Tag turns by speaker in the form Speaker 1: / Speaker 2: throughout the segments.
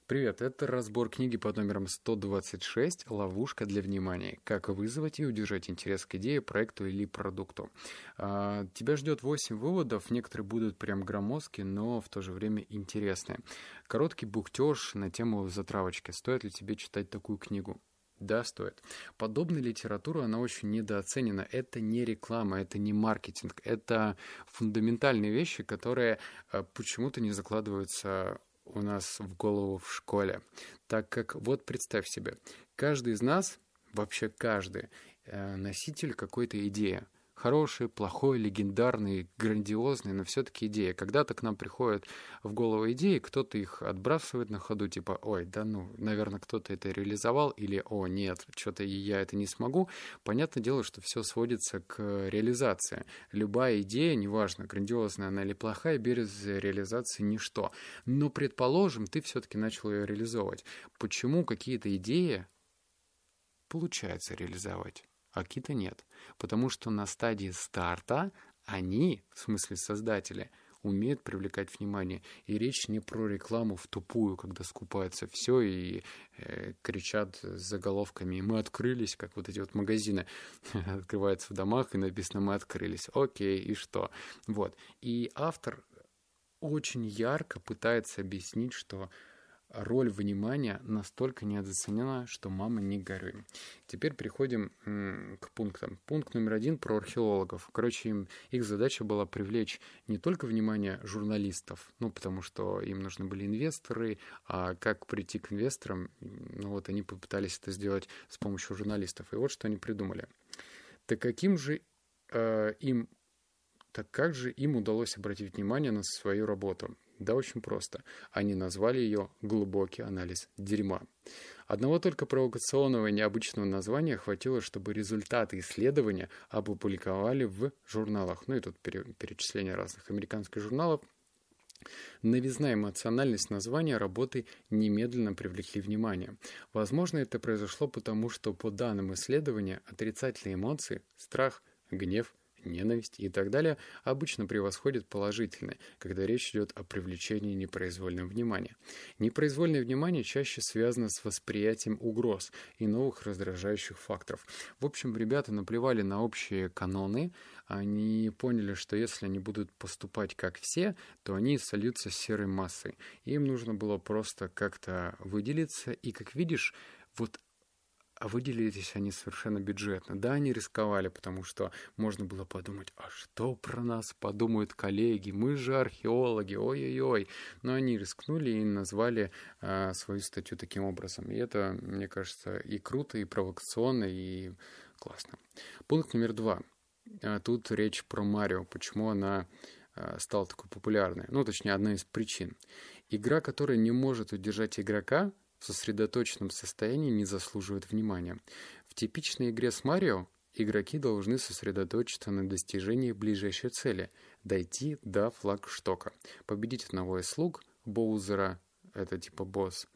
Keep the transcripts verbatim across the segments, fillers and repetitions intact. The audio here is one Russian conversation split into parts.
Speaker 1: Привет, это разбор книги под номером сто двадцать шесть «Ловушка для внимания. Как вызвать и удержать интерес к идее, проекту или продукту». А, тебя ждет восемь выводов, некоторые будут прям громоздкие, но в то же время интересные. Короткий бухтеж на тему затравочки. Стоит ли тебе читать такую книгу? Да, стоит. Подобная литература, она очень недооценена. Это не реклама, это не маркетинг, это фундаментальные вещи, которые а, почему-то не закладываются у нас в голову в школе. Так как, вот представь себе, каждый из нас, вообще каждый, э, носитель какой-то идеи. Хороший, плохой, легендарный, грандиозный, но все-таки идея. Когда-то к нам приходят в голову идеи, кто-то их отбрасывает на ходу, типа, ой, да ну, наверное, кто-то это реализовал, или, о, нет, что-то я это не смогу. Понятное дело, что все сводится к реализации. Любая идея, неважно, грандиозная она или плохая, без реализации ничто. Но, предположим, ты все-таки начал ее реализовывать. Почему какие-то идеи получается реализовать, а какие-то нет? Потому что на стадии старта они, в смысле создатели, умеют привлекать внимание. И речь не про рекламу в тупую, когда скупается все и э, кричат с заголовками «Мы открылись», как вот эти вот магазины открываются в домах и написано «Мы открылись». Окей, и что? Вот. И автор очень ярко пытается объяснить, что роль внимания настолько недооценена, что мама не горюй. Теперь переходим м, к пунктам. Пункт номер один про археологов. Короче, им, их задача была привлечь не только внимание журналистов, ну, потому что им нужны были инвесторы, а как прийти к инвесторам, ну, вот они попытались это сделать с помощью журналистов. И вот что они придумали. Так каким же э, им, так как же им удалось обратить внимание на свою работу? Да, очень просто. Они назвали ее «Глубокий анализ дерьма». Одного только провокационного и необычного названия хватило, чтобы результаты исследования опубликовали в журналах. Ну и тут перечисление разных американских журналов. Новизна и эмоциональность названия работы немедленно привлекли внимание. Возможно, это произошло потому, что по данным исследования отрицательные эмоции, страх, гнев, ненависть и так далее обычно превосходят положительные, когда речь идет о привлечении непроизвольного внимания. Непроизвольное внимание чаще связано с восприятием угроз и новых раздражающих факторов. В общем, ребята наплевали на общие каноны, они поняли, что если они будут поступать как все, то они сольются с серой массой. Им нужно было просто как-то выделиться, и, как видишь, вот а выделились они совершенно бюджетно. Да, они рисковали, потому что можно было подумать, а что про нас подумают коллеги? Мы же археологи, ой-ой-ой. Но они рискнули и назвали а, свою статью таким образом. И это, мне кажется, и круто, и провокационно, и классно. Пункт номер два. А, тут речь про Марио. Почему она а, стала такой популярной? Ну, точнее, одна из причин. Игра, которая не может удержать игрока, в сосредоточенном состоянии не заслуживает внимания. В типичной игре с Марио игроки должны сосредоточиться на достижении ближайшей цели – дойти до флагштока, победить одного из слуг, Боузера, это типа босс.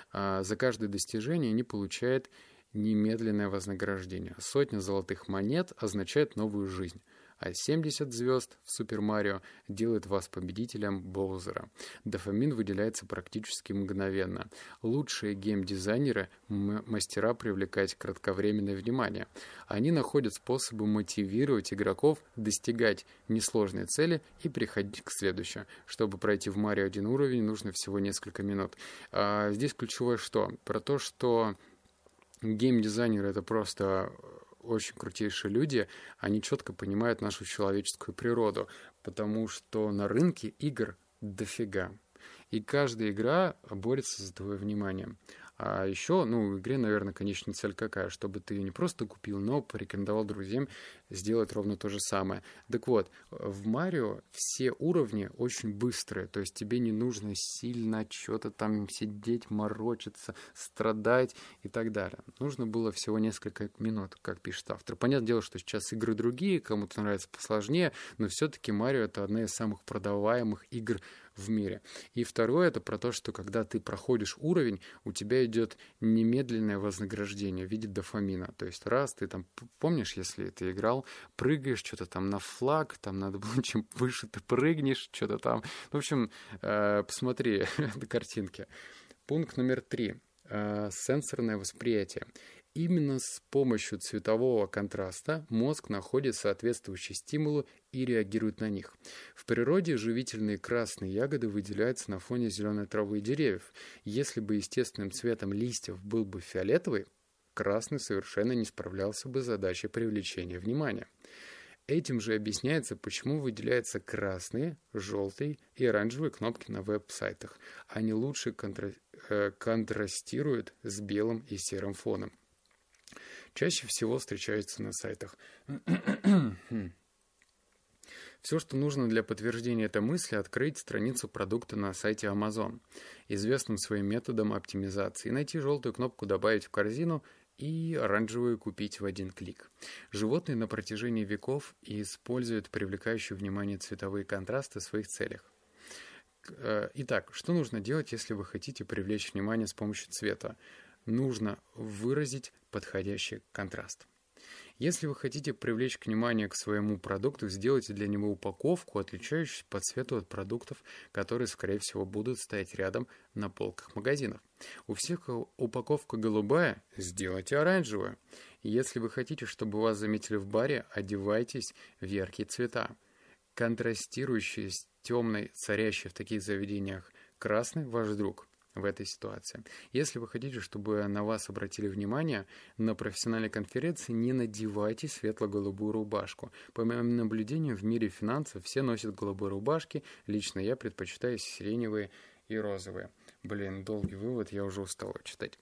Speaker 1: А за каждое достижение они получают немедленное вознаграждение. Сотня золотых монет означает новую жизнь, а семьдесят звезд в Супер Марио делает вас победителем Боузера. Дофамин выделяется практически мгновенно. Лучшие геймдизайнеры – мастера привлекать кратковременное внимание. Они находят способы мотивировать игроков достигать несложной цели и переходить к следующей. Чтобы пройти в Марио один уровень, нужно всего несколько минут. А здесь ключевое что? Про то, что геймдизайнеры – это просто очень крутейшие люди, они четко понимают нашу человеческую природу, потому что на рынке игр дофига. И каждая игра борется за твое внимание. А еще, ну, в игре, наверное, конечная цель какая? Чтобы ты ее не просто купил, но порекомендовал друзьям сделать ровно то же самое. Так вот, в Марио все уровни очень быстрые, то есть тебе не нужно сильно что-то там сидеть, морочиться, страдать и так далее. Нужно было всего несколько минут, как пишет автор. Понятное дело, что сейчас игры другие, кому-то нравится посложнее, но все-таки Марио — это одна из самых продаваемых игр в мире. И второе, это про то, что когда ты проходишь уровень, у тебя идет немедленное вознаграждение в виде дофамина. То есть раз ты там, помнишь, если ты играл, прыгаешь что-то там на флаг, там надо было чем выше ты прыгнешь, что-то там. В общем, э, посмотри на картинки. Пункт номер три. Сенсорное восприятие. Именно с помощью цветового контраста мозг находит соответствующие стимулы и реагирует на них. В природе живительные красные ягоды выделяются на фоне зеленой травы и деревьев. Если бы естественным цветом листьев был бы фиолетовый, красный совершенно не справлялся бы с задачей привлечения внимания. Этим же объясняется, почему выделяются красные, желтые и оранжевые кнопки на веб-сайтах. Они лучше контра... э, контрастируют с белым и серым фоном. Чаще всего встречаются на сайтах. Все, что нужно для подтверждения этой мысли, открыть страницу продукта на сайте Amazon, известным своим методом оптимизации, найти желтую кнопку «Добавить в корзину» и оранжевую «Купить в один клик». Животные на протяжении веков используют привлекающие внимание цветовые контрасты в своих целях. Итак, что нужно делать, если вы хотите привлечь внимание с помощью цвета? Нужно выразить подходящий контраст. Если вы хотите привлечь внимание к своему продукту, сделайте для него упаковку, отличающуюся по цвету от продуктов, которые, скорее всего, будут стоять рядом на полках магазинов. У всех упаковка голубая, сделайте оранжевую. Если вы хотите, чтобы вас заметили в баре, одевайтесь в яркие цвета. Контрастирующий с темной, царящий в таких заведениях красный – ваш друг в этой ситуации. Если вы хотите, чтобы на вас обратили внимание, на профессиональной конференции не надевайте светло-голубую рубашку. По моим наблюдениям, в мире финансов все носят голубые рубашки, лично я предпочитаю сиреневые и розовые. Блин, долгий вывод, я уже устал читать.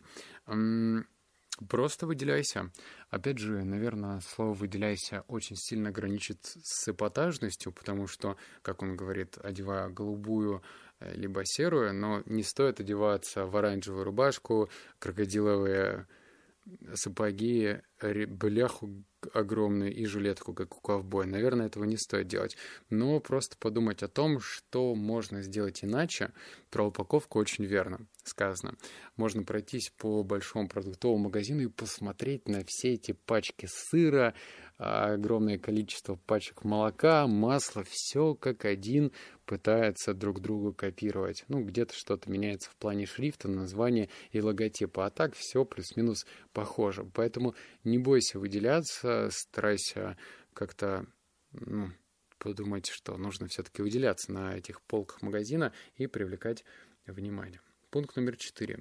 Speaker 1: Просто выделяйся. Опять же, наверное, слово «выделяйся» очень сильно граничит с эпатажностью, потому что, как он говорит, одевая голубую либо серую, но не стоит одеваться в оранжевую рубашку, крокодиловые сапоги, бляху огромную и жилетку, как у ковбоя. Наверное, этого не стоит делать. Но просто подумать о том, что можно сделать иначе. Про упаковку очень верно сказано. Можно пройтись по большому продуктовому магазину и посмотреть на все эти пачки сыра, огромное количество пачек молока, масла, все как один пытается друг другу копировать. Ну, где-то что-то меняется в плане шрифта, названия и логотипа, а так все плюс-минус похоже. Поэтому не бойся выделяться, старайся как-то ну, подумать, что нужно все-таки выделяться на этих полках магазина и привлекать внимание. Пункт номер четыре.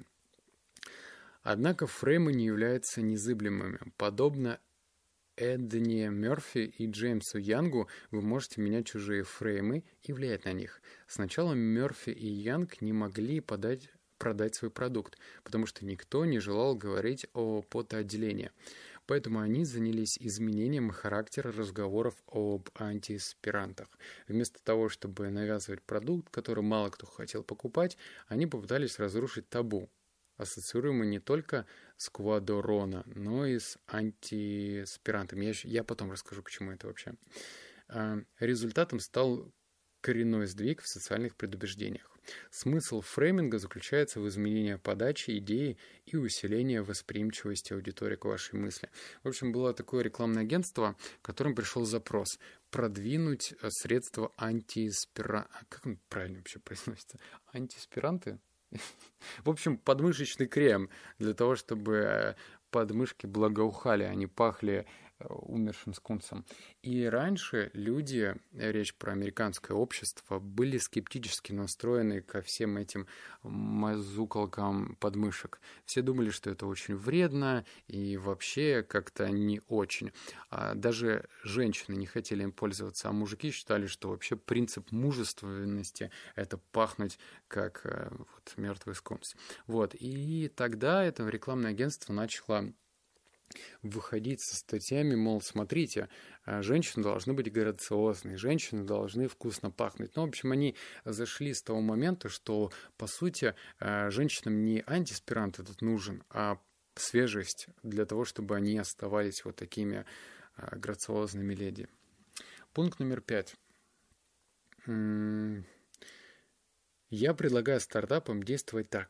Speaker 1: Однако фреймы не являются незыблемыми. Подобно Эдни Мерфи и Джеймсу Янгу вы можете менять чужие фреймы и влиять на них. Сначала Мерфи и Янг не могли подать, продать свой продукт, потому что никто не желал говорить о потоотделении. Поэтому они занялись изменением характера разговоров об антиаспирантах. Вместо того, чтобы навязывать продукт, который мало кто хотел покупать, они попытались разрушить табу, ассоциируемый не только с квадорона, но и с антиаспирантами. Я, я потом расскажу, к чему это вообще. Результатом стал коренной сдвиг в социальных предубеждениях. Смысл фрейминга заключается в изменении подачи идеи и усилении восприимчивости аудитории к вашей мысли. В общем, было такое рекламное агентство, которым пришел запрос продвинуть средства антиаспиранта. Как он правильно вообще произносится? Антиаспиранты? В общем, подмышечный крем для того, чтобы подмышки благоухали, они пахли умершим скунсом. И раньше люди, речь про американское общество, были скептически настроены ко всем этим мазукалкам подмышек. Все думали, что это очень вредно и вообще как-то не очень. А даже женщины не хотели им пользоваться, а мужики считали, что вообще принцип мужественности — это пахнуть как вот, мертвый скунс. Вот. И тогда это рекламное агентство начало выходить со статьями, мол, смотрите, женщины должны быть грациозные, женщины должны вкусно пахнуть. Ну, в общем, они зашли с того момента, что, по сути, женщинам не антиаспирант этот нужен, а свежесть для того, чтобы они оставались вот такими грациозными леди. Пункт номер пять. Я предлагаю стартапам действовать так.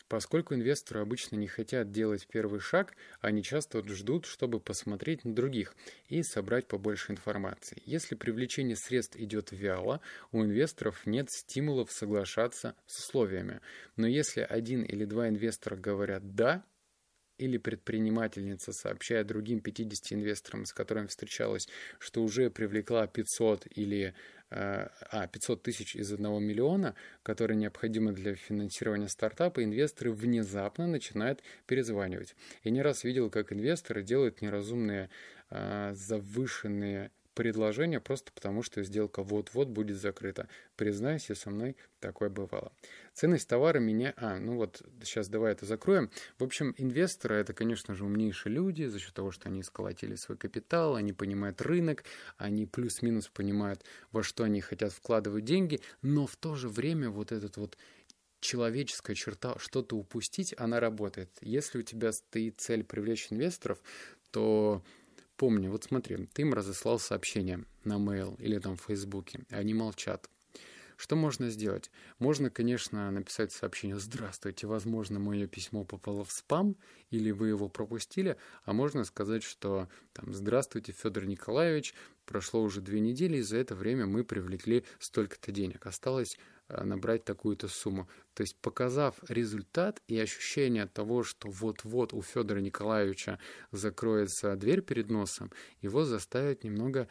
Speaker 1: Поскольку инвесторы обычно не хотят делать первый шаг, они часто ждут, чтобы посмотреть на других и собрать побольше информации. Если привлечение средств идет вяло, у инвесторов нет стимулов соглашаться с условиями. Но если один или два инвестора говорят «да», или предпринимательница сообщает другим пятидесяти инвесторам, с которыми встречалась, что уже привлекла пятьсот или а, пятьсот тысяч из одного миллиона, которые необходимы для финансирования стартапа, инвесторы внезапно начинают перезванивать. Я не раз видел, как инвесторы делают неразумные а, завышенные предложение просто потому, что сделка вот-вот будет закрыта. Признаюсь, и со мной такое бывало. Ценность товара меня... А, ну вот, сейчас давай это закроем. В общем, инвесторы — это, конечно же, умнейшие люди за счет того, что они сколотили свой капитал, они понимают рынок, они плюс-минус понимают, во что они хотят вкладывать деньги, но в то же время вот этот вот человеческая черта что-то упустить, она работает. Если у тебя стоит цель привлечь инвесторов, то... Помни, вот смотри, ты им разослал сообщение на mail или там в Фейсбуке, и они молчат. Что можно сделать? Можно, конечно, написать сообщение «Здравствуйте, возможно, мое письмо попало в спам, или вы его пропустили», а можно сказать, что там, «Здравствуйте, Федор Николаевич, прошло уже две недели, и за это время мы привлекли столько-то денег, осталось набрать такую-то сумму». То есть, показав результат и ощущение того, что вот-вот у Федора Николаевича закроется дверь перед носом, его заставит немного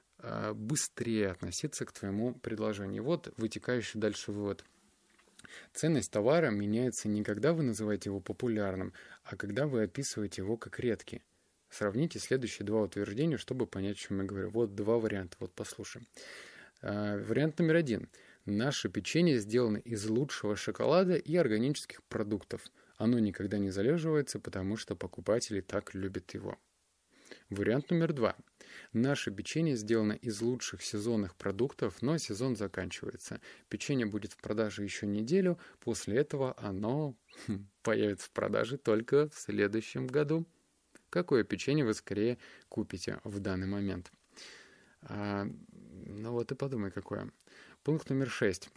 Speaker 1: быстрее относиться к твоему предложению. Вот вытекающий дальше вывод. Ценность товара меняется не когда вы называете его популярным, а когда вы описываете его как редкий. Сравните следующие два утверждения, чтобы понять, о чем я говорю. Вот два варианта, вот послушаем. Вариант номер один. Наше печенье сделано из лучшего шоколада и органических продуктов. Оно никогда не залеживается, потому что покупатели так любят его. Вариант номер два. Наше печенье сделано из лучших сезонных продуктов, но сезон заканчивается. Печенье будет в продаже еще неделю, после этого оно появится в продаже только в следующем году. Какое печенье вы скорее купите в данный момент? А, ну вот и подумай, какое. Пункт номер шесть.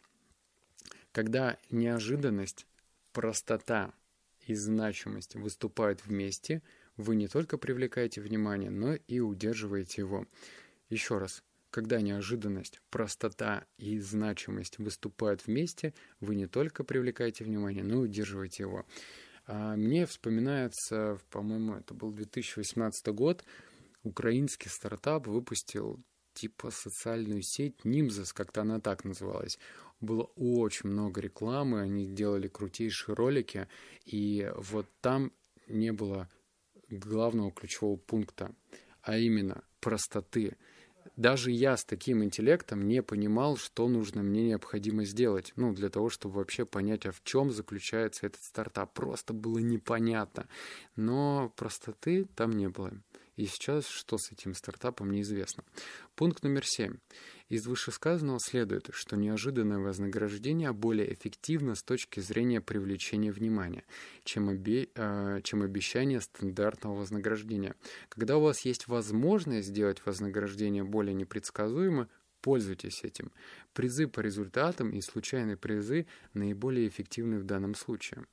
Speaker 1: Когда неожиданность, простота и значимость выступают вместе, вы не только привлекаете внимание, но и удерживаете его. Еще раз. Когда неожиданность, простота и значимость выступают вместе, вы не только привлекаете внимание, но и удерживаете его. А мне вспоминается, по-моему, это был две тысячи восемнадцатый год, украинский стартап выпустил типа социальную сеть Нимзес, как-то она так называлась. Было очень много рекламы, они делали крутейшие ролики, и вот там не было главного ключевого пункта, а именно простоты. Даже я с таким интеллектом не понимал, что нужно мне необходимо сделать, ну, для того, чтобы вообще понять, а в чем заключается этот стартап. Просто было непонятно. Но простоты там не было. И сейчас что с этим стартапом, неизвестно. Пункт номер семь. Из вышесказанного следует, что неожиданное вознаграждение более эффективно с точки зрения привлечения внимания, чем, обе... э, чем обещание стандартного вознаграждения. Когда у вас есть возможность сделать вознаграждение более непредсказуемо, пользуйтесь этим. Призы по результатам и случайные призы наиболее эффективны в данном случае.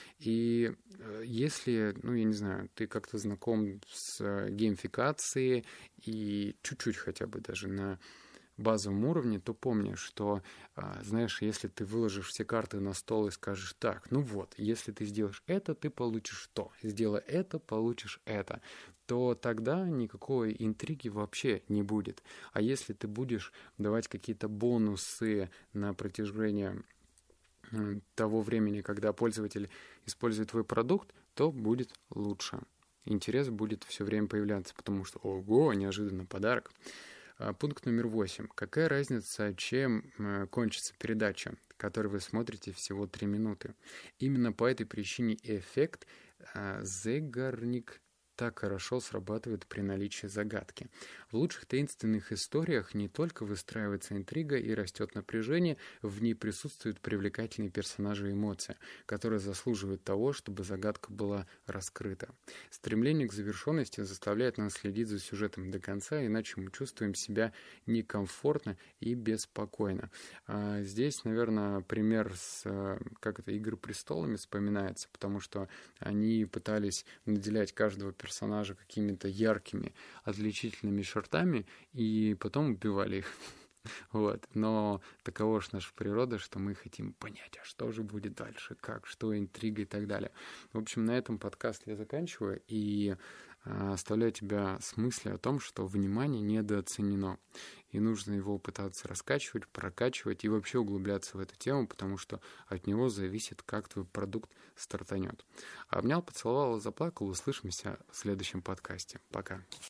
Speaker 1: И если, ну, я не знаю, ты как-то знаком с геймификацией и чуть-чуть хотя бы даже на базовом уровне, то помни, что, знаешь, если ты выложишь все карты на стол и скажешь, так, ну вот, если ты сделаешь это, ты получишь то, сделай это, получишь это, то тогда никакой интриги вообще не будет. А если ты будешь давать какие-то бонусы на протяжении того времени, когда пользователь использует твой продукт, то будет лучше. Интерес будет все время появляться, потому что, ого, неожиданно подарок. Пункт номер восемь. Какая разница, чем кончится передача, которую вы смотрите всего три минуты? Именно по этой причине эффект Zeigarnik так хорошо срабатывает при наличии загадки. В лучших таинственных историях не только выстраивается интрига и растет напряжение, в ней присутствуют привлекательные персонажи и эмоции, которые заслуживают того, чтобы загадка была раскрыта. Стремление к завершенности заставляет нас следить за сюжетом до конца, иначе мы чувствуем себя некомфортно и беспокойно. А здесь, наверное, пример с как это, «Игры престолами» вспоминается, потому что они пытались наделять каждого персонажа какими-то яркими отличительными чертами и потом убивали их. Вот. Но таково же наша природа, что мы хотим понять, а что же будет дальше, как, что, интрига и так далее. В общем, на этом подкаст я заканчиваю и э, оставляю тебя с мыслью о том, что внимание недооценено. И нужно его пытаться раскачивать, прокачивать и вообще углубляться в эту тему, потому что от него зависит, как твой продукт стартанет. Обнял, поцеловал, заплакал. Услышимся в следующем подкасте. Пока.